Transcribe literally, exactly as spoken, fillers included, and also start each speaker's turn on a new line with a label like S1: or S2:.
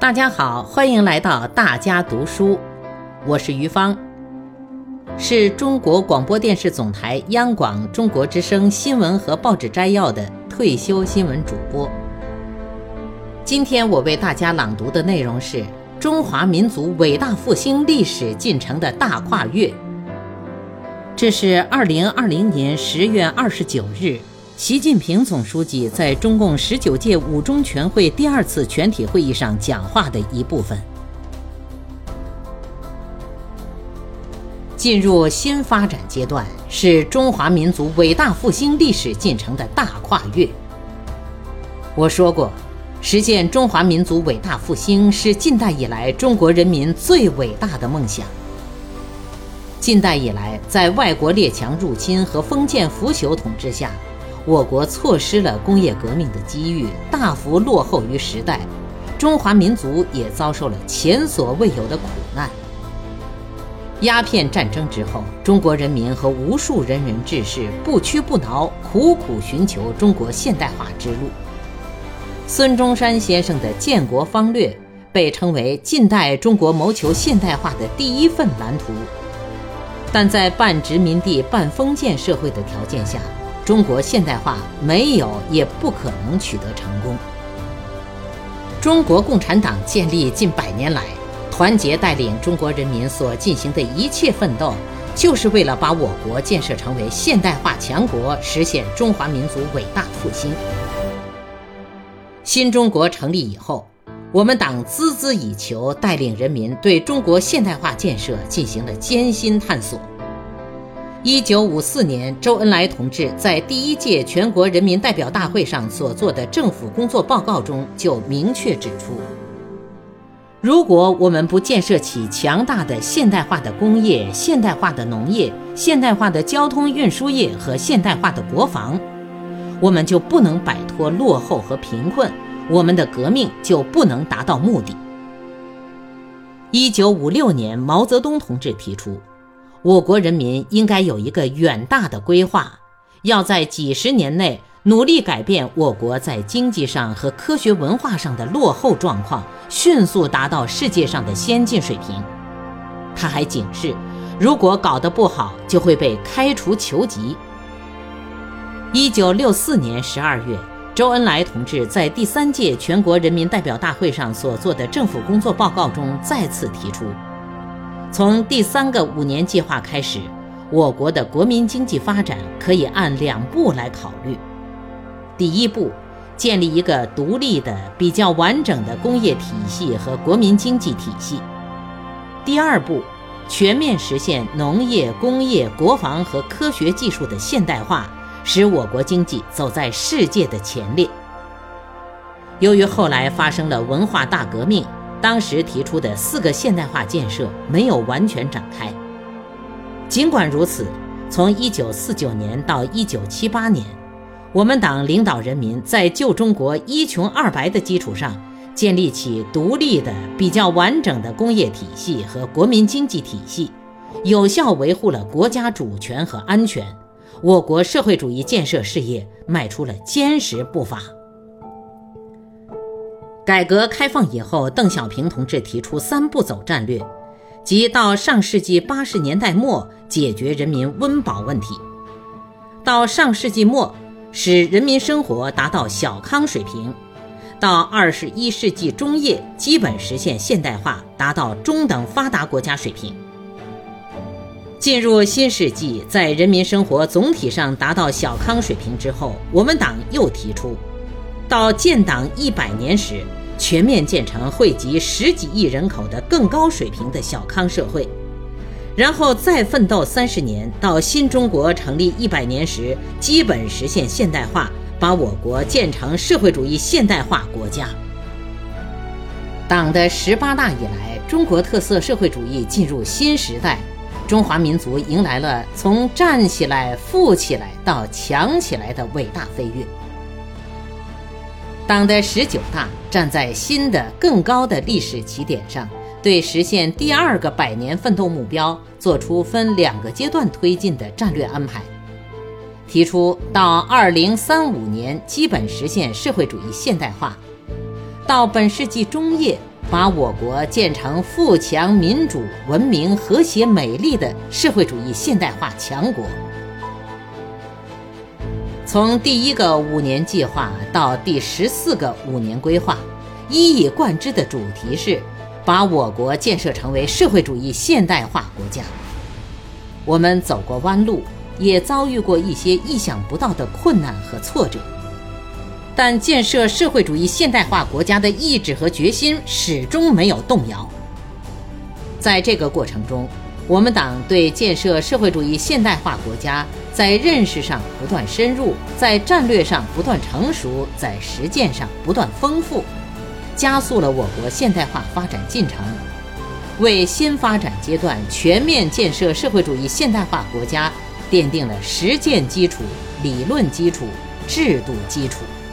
S1: 大家好，欢迎来到大家读书，我是于芳，是中国广播电视总台央广中国之声新闻和报纸摘要的退休新闻主播。今天我为大家朗读的内容是中华民族伟大复兴历史进程的大跨越。这是二零二零年十月二十九日习近平总书记在中共十九届五中全会第二次全体会议上讲话的一部分。进入新发展阶段，是中华民族伟大复兴历史进程的大跨越。我说过，实现中华民族伟大复兴是近代以来中国人民最伟大的梦想。近代以来，在外国列强入侵和封建腐朽统治下，我国错失了工业革命的机遇，大幅落后于时代，中华民族也遭受了前所未有的苦难。鸦片战争之后，中国人民和无数仁人志士不屈不挠，苦苦寻求中国现代化之路。孙中山先生的建国方略被称为近代中国谋求现代化的第一份蓝图，但在半殖民地半封建社会的条件下，中国现代化没有也不可能取得成功。中国共产党建立近百年来，团结带领中国人民所进行的一切奋斗，就是为了把我国建设成为现代化强国，实现中华民族伟大复兴。新中国成立以后，我们党孜孜以求，带领人民对中国现代化建设进行了艰辛探索。一九五四年，周恩来同志在第一届全国人民代表大会上所做的政府工作报告中就明确指出，如果我们不建设起强大的现代化的工业、现代化的农业、现代化的交通运输业和现代化的国防，我们就不能摆脱落后和贫困，我们的革命就不能达到目的。一九五六年，毛泽东同志提出，我国人民应该有一个远大的规划，要在几十年内努力改变我国在经济上和科学文化上的落后状况，迅速达到世界上的先进水平。他还警示，如果搞得不好，就会被开除球籍。一九六四年十二月，周恩来同志在第三届全国人民代表大会上所做的政府工作报告中再次提出，从第三个五年计划开始，我国的国民经济发展可以按两步来考虑。第一步，建立一个独立的、比较完整的工业体系和国民经济体系。第二步，全面实现农业、工业、国防和科学技术的现代化，使我国经济走在世界的前列。由于后来发生了文化大革命，当时提出的四个现代化建设没有完全展开。尽管如此，从一九四九年到一九七八年，我们党领导人民在旧中国一穷二白的基础上，建立起独立的、比较完整的工业体系和国民经济体系，有效维护了国家主权和安全，我国社会主义建设事业迈出了坚实步伐。改革开放以后，邓小平同志提出三步走战略，即到上世纪八十年代末解决人民温饱问题，到上世纪末使人民生活达到小康水平，到二十一世纪中叶基本实现现代化，达到中等发达国家水平。进入新世纪，在人民生活总体上达到小康水平之后，我们党又提出，到建党一百年时，全面建成惠及十几亿人口的更高水平的小康社会，然后再奋斗三十年，到新中国成立一百年时，基本实现现代化，把我国建成社会主义现代化国家。党的十八大以来，中国特色社会主义进入新时代，中华民族迎来了从站起来、富起来到强起来的伟大飞跃。党的十九大站在新的更高的历史起点上，对实现第二个百年奋斗目标做出分两个阶段推进的战略安排，提出到二零三五年基本实现社会主义现代化，到本世纪中叶把我国建成富强、民主、文明、和谐、美丽的社会主义现代化强国。从第一个五年计划到第十四个五年规划，一以贯之的主题是把我国建设成为社会主义现代化国家。我们走过弯路，也遭遇过一些意想不到的困难和挫折，但建设社会主义现代化国家的意志和决心始终没有动摇。在这个过程中，我们党对建设社会主义现代化国家在认识上不断深入，在战略上不断成熟，在实践上不断丰富，加速了我国现代化发展进程，为新发展阶段全面建设社会主义现代化国家奠定了实践基础、理论基础、制度基础。